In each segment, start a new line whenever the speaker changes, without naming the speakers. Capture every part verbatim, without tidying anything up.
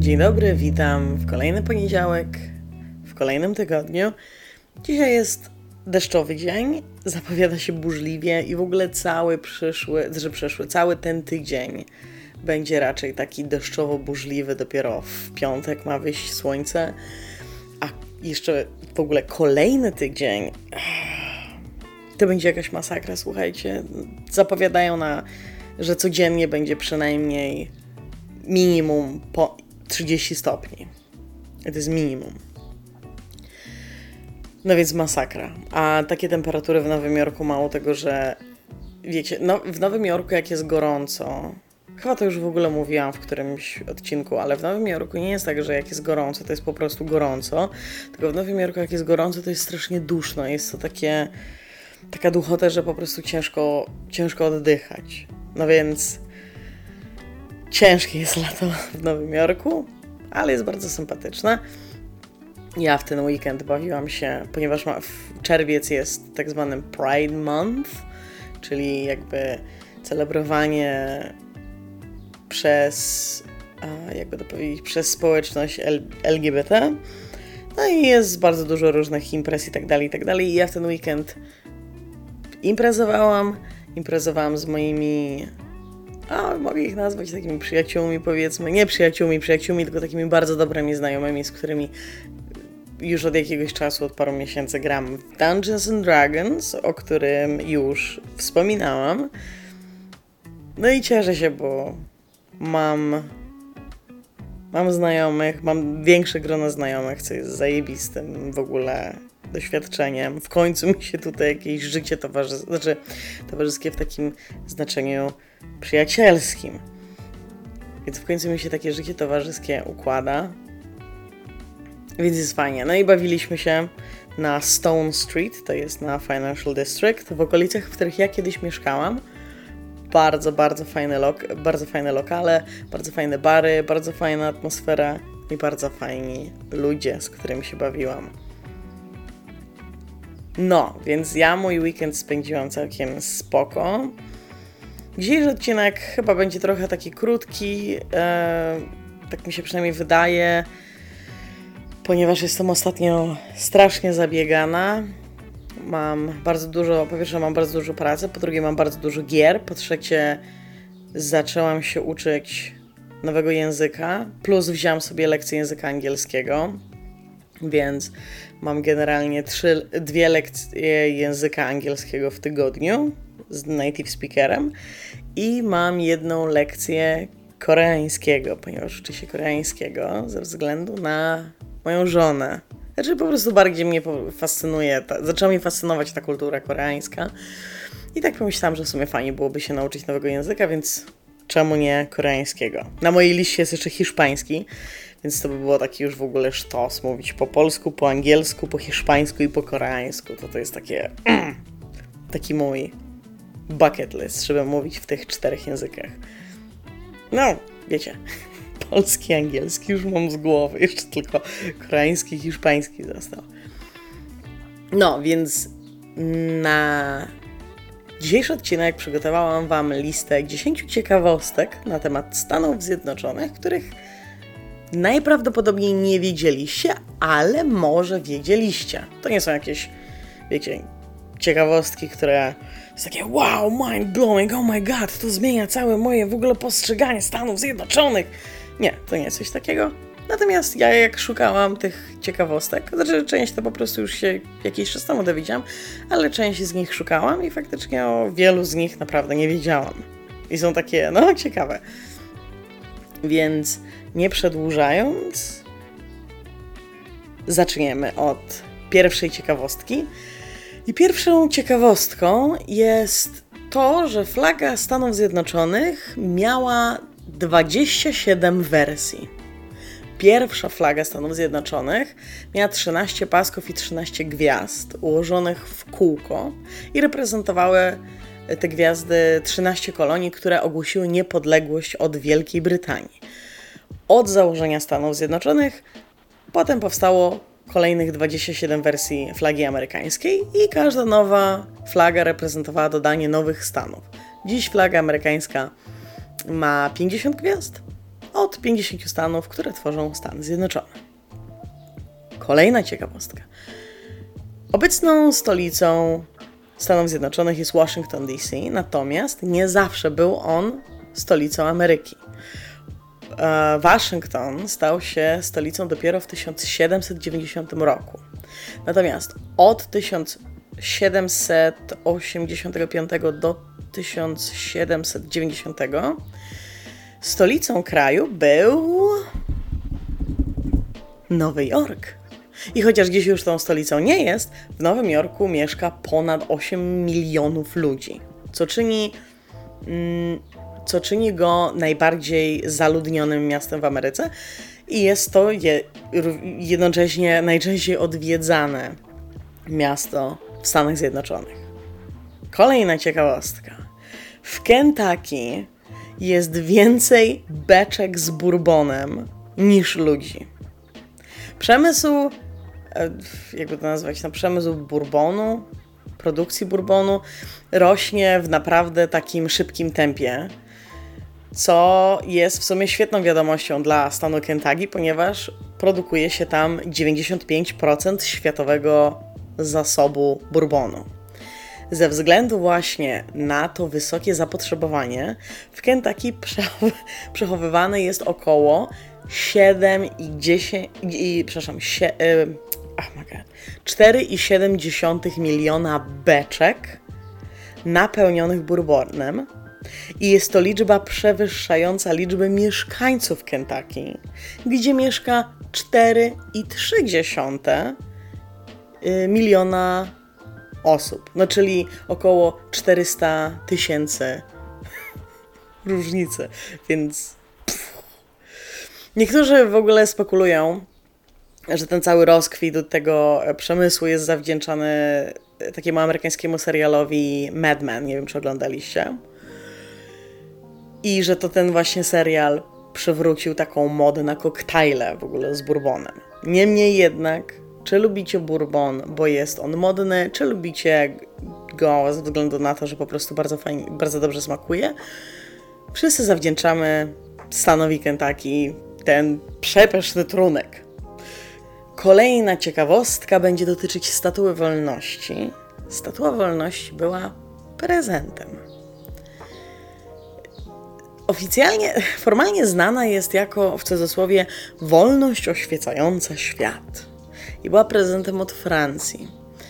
Dzień dobry, witam w kolejny poniedziałek, w kolejnym tygodniu. Dzisiaj jest deszczowy dzień, zapowiada się burzliwie i w ogóle cały przyszły, że przyszły, cały ten tydzień będzie raczej taki deszczowo-burzliwy. Dopiero w piątek ma wyjść słońce, a jeszcze w ogóle kolejny tydzień to będzie jakaś masakra, słuchajcie. Zapowiadają na, że codziennie będzie przynajmniej minimum po trzydzieści stopni. To jest minimum. No więc masakra. A takie temperatury w Nowym Jorku, mało tego, że wiecie, no, w Nowym Jorku jak jest gorąco, chyba to już w ogóle mówiłam w którymś odcinku, ale w Nowym Jorku nie jest tak, że jak jest gorąco, to jest po prostu gorąco, tylko w Nowym Jorku jak jest gorąco, to jest strasznie duszno. Jest to takie, taka duchota, że po prostu ciężko, ciężko oddychać. No więc ciężkie jest lato w Nowym Jorku, ale jest bardzo sympatyczne. Ja w ten weekend bawiłam się, ponieważ ma, w czerwiec jest tak zwany Pride Month, czyli jakby celebrowanie przez, jakby to powiedzieć, przez społeczność L G B T. No i jest bardzo dużo różnych imprez i tak dalej, i tak dalej. I ja w ten weekend imprezowałam, imprezowałam z moimi, a mogę ich nazwać takimi przyjaciółmi, powiedzmy, nie przyjaciółmi, przyjaciółmi, tylko takimi bardzo dobrymi znajomymi, z którymi już od jakiegoś czasu, od paru miesięcy gram w Dungeons and Dragons, o którym już wspominałam. No i cieszę się, bo mam, mam znajomych, mam większe grono znajomych, co jest zajebistym w ogóle doświadczeniem. W końcu mi się tutaj jakieś życie towarzyskie, znaczy towarzyskie w takim znaczeniu przyjacielskim. Więc w końcu mi się takie życie towarzyskie układa. Więc jest fajnie. No i bawiliśmy się na Stone Street, to jest na Financial District, w okolicach, w których ja kiedyś mieszkałam. Bardzo, bardzo fajne, lok- bardzo fajne lokale, bardzo fajne bary, bardzo fajna atmosfera i bardzo fajni ludzie, z którymi się bawiłam. No, więc ja mój weekend spędziłam całkiem spoko. Dzisiejszy odcinek chyba będzie trochę taki krótki, e, tak mi się przynajmniej wydaje, ponieważ jestem ostatnio strasznie zabiegana. Mam bardzo dużo, po pierwsze mam bardzo dużo pracy, po drugie mam bardzo dużo gier, po trzecie zaczęłam się uczyć nowego języka, plus wziąłam sobie lekcję języka angielskiego, więc mam generalnie trzy, dwie lekcje języka angielskiego w tygodniu z native speakerem i mam jedną lekcję koreańskiego, ponieważ uczę się koreańskiego ze względu na moją żonę. Znaczy po prostu bardziej mnie fascynuje, ta, zaczęła mnie fascynować ta kultura koreańska i tak pomyślałam, że w sumie fajnie byłoby się nauczyć nowego języka, więc czemu nie koreańskiego? Na mojej liście jest jeszcze hiszpański, więc to by było taki już w ogóle sztos, mówić po polsku, po angielsku, po hiszpańsku i po koreańsku. To to jest takie, mm, taki mój bucket list, żeby mówić w tych czterech językach. No, wiecie, polski, angielski już mam z głowy, jeszcze tylko koreański, hiszpański został. No, więc na dzisiejszy odcinek przygotowałam Wam listę dziesięciu ciekawostek na temat Stanów Zjednoczonych, których najprawdopodobniej nie wiedzieliście, ale może wiedzieliście. To nie są jakieś, wiecie, ciekawostki, które jest takie wow, mind blowing, oh my god, to zmienia całe moje w ogóle postrzeganie Stanów Zjednoczonych. Nie, to nie jest coś takiego. Natomiast ja jak szukałam tych ciekawostek, znaczy część to po prostu już się jakiś czas temu dowiedziałam, ale część z nich szukałam i faktycznie o wielu z nich naprawdę nie wiedziałam. I są takie, no, ciekawe. Więc nie przedłużając, zaczniemy od pierwszej ciekawostki. I pierwszą ciekawostką jest to, że flaga Stanów Zjednoczonych miała dwadzieścia siedem wersji. Pierwsza flaga Stanów Zjednoczonych miała trzynaście pasków i trzynaście gwiazd ułożonych w kółko i reprezentowały te gwiazdy trzynaście kolonii, które ogłosiły niepodległość od Wielkiej Brytanii. Od założenia Stanów Zjednoczonych potem powstało kolejnych dwadzieścia siedem wersji flagi amerykańskiej i każda nowa flaga reprezentowała dodanie nowych stanów. Dziś flaga amerykańska ma pięćdziesiąt gwiazd, od pięćdziesięciu stanów, które tworzą Stany Zjednoczone. Kolejna ciekawostka. Obecną stolicą Stanów Zjednoczonych jest Washington D C, natomiast nie zawsze był on stolicą Ameryki. Waszyngton stał się stolicą dopiero w tysiąc siedemset dziewięćdziesiątym roku. Natomiast od tysiąc siedemset osiemdziesiątego piątego do tysiąc siedemset dziewięćdziesiątego stolicą kraju był Nowy Jork. I chociaż dziś już tą stolicą nie jest, w Nowym Jorku mieszka ponad osiem milionów ludzi, co czyni, mm, co czyni go najbardziej zaludnionym miastem w Ameryce i jest to je, jednocześnie najczęściej odwiedzane miasto w Stanach Zjednoczonych. Kolejna ciekawostka. W Kentucky jest więcej beczek z bourbonem niż ludzi. Przemysł, jakby to nazwać, no, przemysł bourbonu, produkcji bourbonu rośnie w naprawdę takim szybkim tempie, co jest w sumie świetną wiadomością dla stanu Kentucky, ponieważ produkuje się tam dziewięćdziesiąt pięć procent światowego zasobu bourbonu. Ze względu właśnie na to wysokie zapotrzebowanie w Kentucky przechowywane jest około siedem i dziesięć, i, przepraszam, sie, y, oh my God, cztery i siedem dziesiątych miliona beczek napełnionych bourbonem i jest to liczba przewyższająca liczbę mieszkańców Kentucky, gdzie mieszka cztery i trzy dziesiąte miliona osób, no czyli około czterysta tysięcy różnicy, więc pff. Niektórzy w ogóle spekulują, że ten cały rozkwit tego przemysłu jest zawdzięczany takiemu amerykańskiemu serialowi Mad Men, nie wiem czy oglądaliście, i że to ten właśnie serial przywrócił taką modę na koktajle w ogóle z bourbonem. Niemniej jednak, czy lubicie bourbon, bo jest on modny, czy lubicie go ze względu na to, że po prostu bardzo fajnie, bardzo dobrze smakuje, wszyscy zawdzięczamy stanowi Kentucky ten przepyszny trunek. Kolejna ciekawostka będzie dotyczyć Statuły Wolności. Statua Wolności była prezentem. Oficjalnie, formalnie znana jest jako, w cudzysłowie, wolność oświecająca świat. I była prezentem od Francji.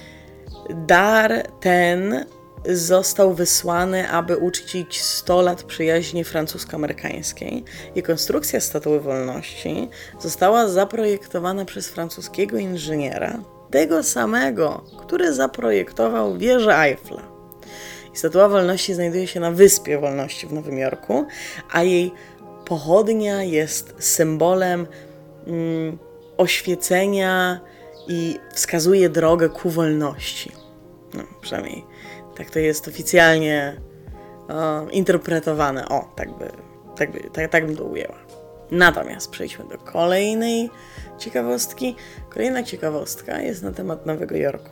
Dar ten został wysłany, aby uczcić sto lat przyjaźni francusko-amerykańskiej i konstrukcja Statuły Wolności została zaprojektowana przez francuskiego inżyniera, tego samego, który zaprojektował wieżę Eiffla. I Statua Wolności znajduje się na Wyspie Wolności w Nowym Jorku, a jej pochodnia jest symbolem mm, oświecenia i wskazuje drogę ku wolności. No, przynajmniej tak to jest oficjalnie o, interpretowane. O, tak, by, tak, by, tak, tak bym to ujęła. Natomiast przejdźmy do kolejnej ciekawostki. Kolejna ciekawostka jest na temat Nowego Jorku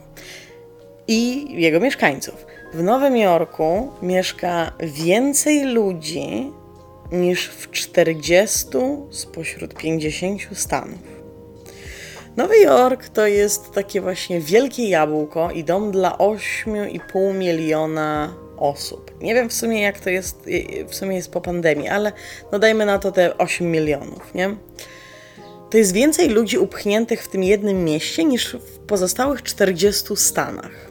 i jego mieszkańców. W Nowym Jorku mieszka więcej ludzi niż w czterdziestu spośród pięćdziesięciu stanów. Nowy Jork to jest takie właśnie wielkie jabłko i dom dla ośmiu i pół miliona osób. Nie wiem w sumie jak to jest, w sumie jest po pandemii, ale no dajmy na to te osiem milionów, nie? To jest więcej ludzi upchniętych w tym jednym mieście niż w pozostałych czterdziestu stanach.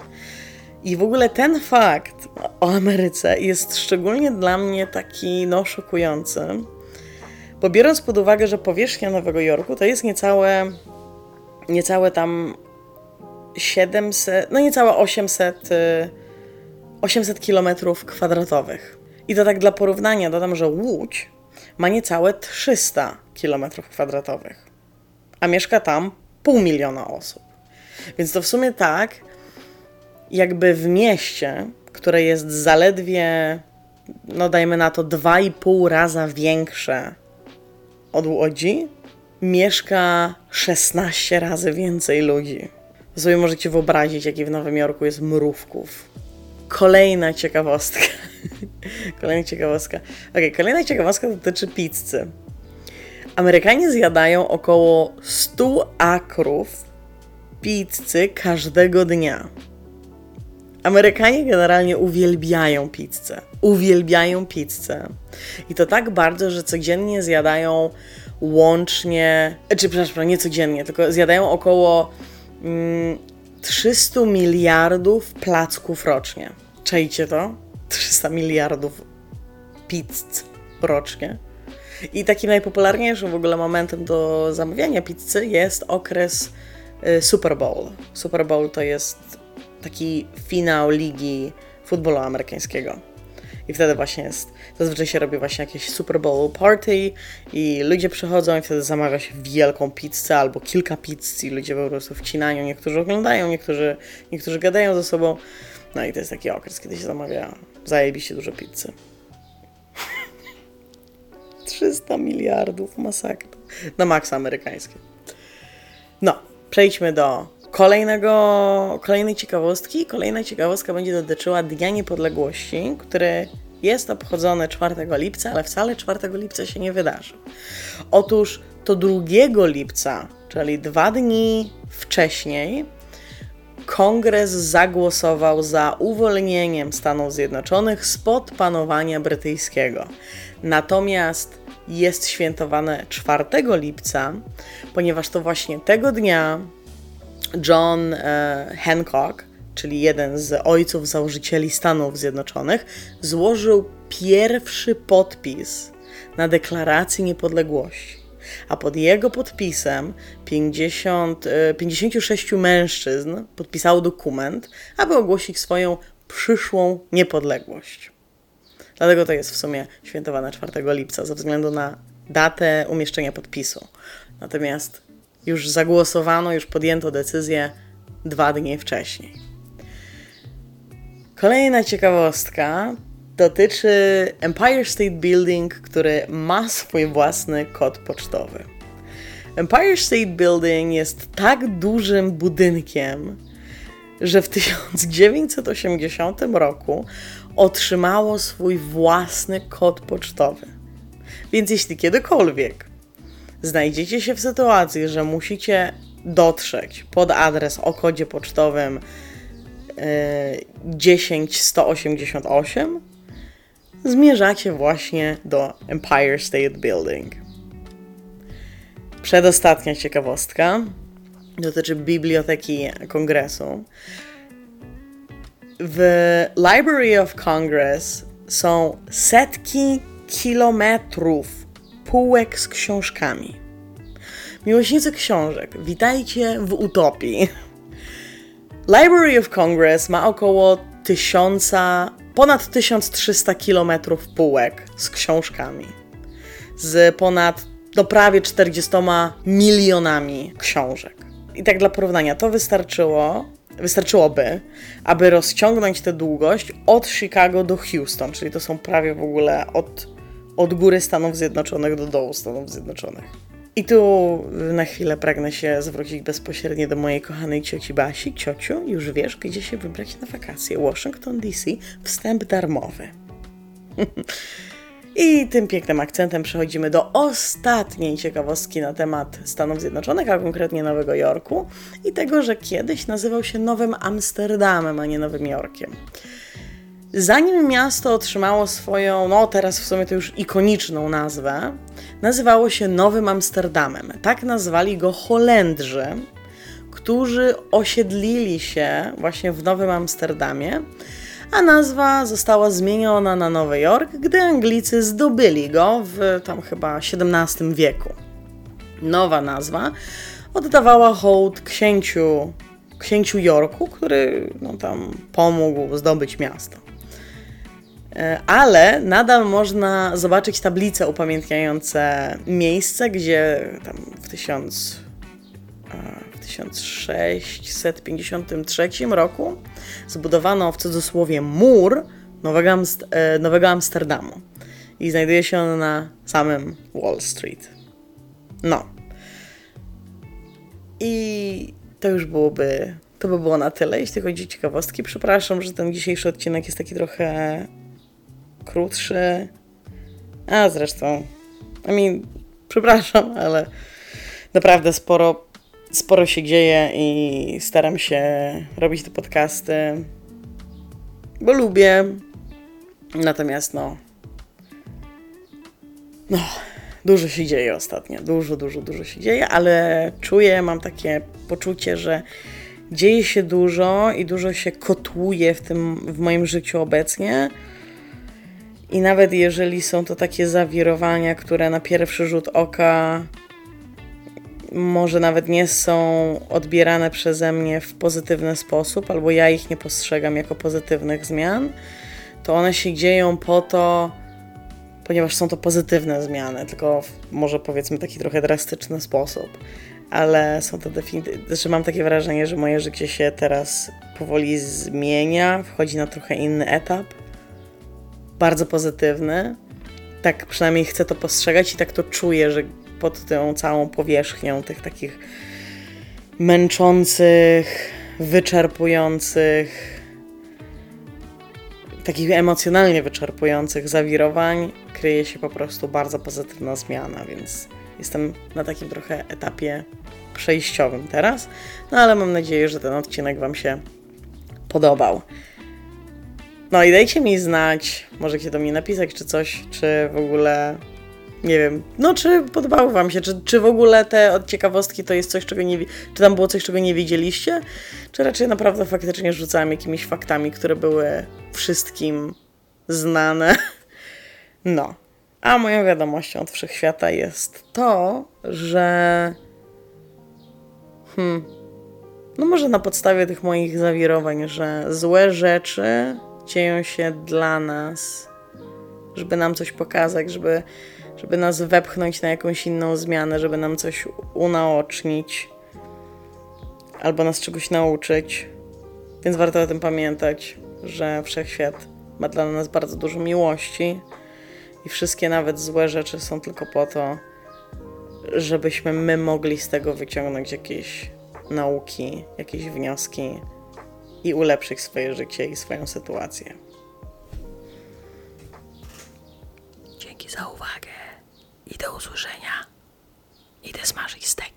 I w ogóle ten fakt o Ameryce jest szczególnie dla mnie taki no szokujący, bo biorąc pod uwagę, że powierzchnia Nowego Jorku to jest niecałe, niecałe tam siedemset, no niecałe osiemset, osiemset kilometrów kwadratowych. I to tak dla porównania dodam, że Łódź ma niecałe trzysta kilometrów kwadratowych, a mieszka tam pół miliona osób. Więc to w sumie tak, jakby w mieście, które jest zaledwie, no dajmy na to, dwa i pół raza większe od Łodzi, mieszka szesnaście razy więcej ludzi. Sobie możecie wyobrazić, jaki w Nowym Jorku jest mrówków. Kolejna ciekawostka. Kolejna ciekawostka. Okej, okay, kolejna ciekawostka dotyczy pizzy. Amerykanie zjadają około sto akrów pizzy każdego dnia. Amerykanie generalnie uwielbiają pizzę. Uwielbiają pizzę. I to tak bardzo, że codziennie zjadają łącznie, czy przepraszam, nie codziennie, tylko zjadają około mm, trzysta miliardów placków rocznie. Czajcie to? trzysta miliardów pizz rocznie. I takim najpopularniejszym w ogóle momentem do zamawiania pizzy jest okres y, Super Bowl. Super Bowl to jest taki finał ligi futbolu amerykańskiego. I wtedy właśnie jest, zazwyczaj się robi właśnie jakieś Super Bowl party i ludzie przychodzą i wtedy zamawia się wielką pizzę albo kilka pizz i ludzie po prostu wcinają. Niektórzy oglądają, niektórzy, niektórzy gadają ze sobą. No i to jest taki okres, kiedy się zamawia zajebiście dużo pizzy. trzysta miliardów, masakra. Na maksa amerykańskie. No, przejdźmy do kolejnego, kolejnej ciekawostki. Kolejna ciekawostka będzie dotyczyła Dnia Niepodległości, który jest obchodzony czwartego lipca, ale wcale czwartego lipca się nie wydarzy. Otóż to drugiego lipca, czyli dwa dni wcześniej, Kongres zagłosował za uwolnieniem Stanów Zjednoczonych spod panowania brytyjskiego. Natomiast jest świętowane czwartego lipca, ponieważ to właśnie tego dnia John e, Hancock, czyli jeden z ojców założycieli Stanów Zjednoczonych, złożył pierwszy podpis na deklarację niepodległości. A pod jego podpisem pięćdziesiąt, pięćdziesięciu sześciu mężczyzn podpisało dokument, aby ogłosić swoją przyszłą niepodległość. Dlatego to jest w sumie świętowane czwartego lipca, ze względu na datę umieszczenia podpisu. Natomiast już zagłosowano, już podjęto decyzję dwa dni wcześniej. Kolejna ciekawostka dotyczy Empire State Building, który ma swój własny kod pocztowy. Empire State Building jest tak dużym budynkiem, że w tysiąc dziewięćset osiemdziesiątym roku otrzymało swój własny kod pocztowy. Więc jeśli kiedykolwiek znajdziecie się w sytuacji, że musicie dotrzeć pod adres o kodzie pocztowym yy, dziesięć sto osiemdziesiąt osiem, zmierzacie właśnie do Empire State Building. Przedostatnia ciekawostka dotyczy Biblioteki Kongresu. W Library of Congress są setki kilometrów półek z książkami. Miłośnicy książek, witajcie w utopii. Library of Congress ma około tysiąca, ponad tysiąc trzysta kilometrów półek z książkami. Z ponad, no prawie czterdziestoma milionami książek. I tak dla porównania, to wystarczyło, wystarczyłoby, aby rozciągnąć tę długość od Chicago do Houston, czyli to są prawie w ogóle od, od góry Stanów Zjednoczonych do dołu Stanów Zjednoczonych. I tu na chwilę pragnę się zwrócić bezpośrednio do mojej kochanej cioci Basi. Ciociu, już wiesz, gdzie się wybrać na wakacje. Washington D C, wstęp darmowy. I tym pięknym akcentem przechodzimy do ostatniej ciekawostki na temat Stanów Zjednoczonych, a konkretnie Nowego Jorku i tego, że kiedyś nazywał się Nowym Amsterdamem, a nie Nowym Jorkiem. Zanim miasto otrzymało swoją, no teraz w sumie to już ikoniczną nazwę, nazywało się Nowym Amsterdamem. Tak nazwali go Holendrzy, którzy osiedlili się właśnie w Nowym Amsterdamie, a nazwa została zmieniona na Nowy Jork, gdy Anglicy zdobyli go w tam chyba siedemnastym wieku. Nowa nazwa oddawała hołd księciu, księciu Yorku, który no, tam pomógł zdobyć miasto. Ale nadal można zobaczyć tablice upamiętniające miejsce, gdzie tam w, tysiąc, w tysiąc sześćset pięćdziesiątym trzecim roku zbudowano w cudzysłowie mur Nowego, Amst- Nowego Amsterdamu i znajduje się on na samym Wall Street. No. I to już byłoby, to by było na tyle, jeśli chodzi o ciekawostki. Przepraszam, że ten dzisiejszy odcinek jest taki trochę krótszy. A zresztą, I mean, przepraszam, ale naprawdę sporo, sporo się dzieje i staram się robić te podcasty, bo lubię. Natomiast no, no, dużo się dzieje ostatnio, dużo, dużo, dużo się dzieje, ale czuję, mam takie poczucie, że dzieje się dużo i dużo się kotłuje w tym, w moim życiu obecnie. I nawet jeżeli są to takie zawirowania, które na pierwszy rzut oka może nawet nie są odbierane przeze mnie w pozytywny sposób, albo ja ich nie postrzegam jako pozytywnych zmian, to one się dzieją po to, ponieważ są to pozytywne zmiany, tylko w, może powiedzmy taki trochę drastyczny sposób, ale są to definitywnie, znaczy mam takie wrażenie, że moje życie się teraz powoli zmienia, wchodzi na trochę inny etap, bardzo pozytywny, tak przynajmniej chcę to postrzegać i tak to czuję, że pod tą całą powierzchnią tych takich męczących, wyczerpujących, takich emocjonalnie wyczerpujących zawirowań kryje się po prostu bardzo pozytywna zmiana, więc jestem na takim trochę etapie przejściowym teraz, no ale mam nadzieję, że ten odcinek Wam się podobał. No i dajcie mi znać, możecie do mnie napisać czy coś, czy w ogóle, nie wiem, no czy podobało Wam się, czy, czy w ogóle te od ciekawostki to jest coś, czego nie, czy tam było coś, czego nie wiedzieliście, czy raczej naprawdę faktycznie rzucałem jakimiś faktami, które były wszystkim znane. No, a moją wiadomością od wszechświata jest to, że hmm, no może na podstawie tych moich zawirowań, że złe rzeczy dzieją się dla nas, żeby nam coś pokazać, żeby, żeby nas wepchnąć na jakąś inną zmianę, żeby nam coś unaocznić albo nas czegoś nauczyć. Więc warto o tym pamiętać, że wszechświat ma dla nas bardzo dużo miłości i wszystkie nawet złe rzeczy są tylko po to, żebyśmy my mogli z tego wyciągnąć jakieś nauki, jakieś wnioski i ulepszyć swoje życie i swoją sytuację. Dzięki za uwagę i do usłyszenia. Idę smażyć steak.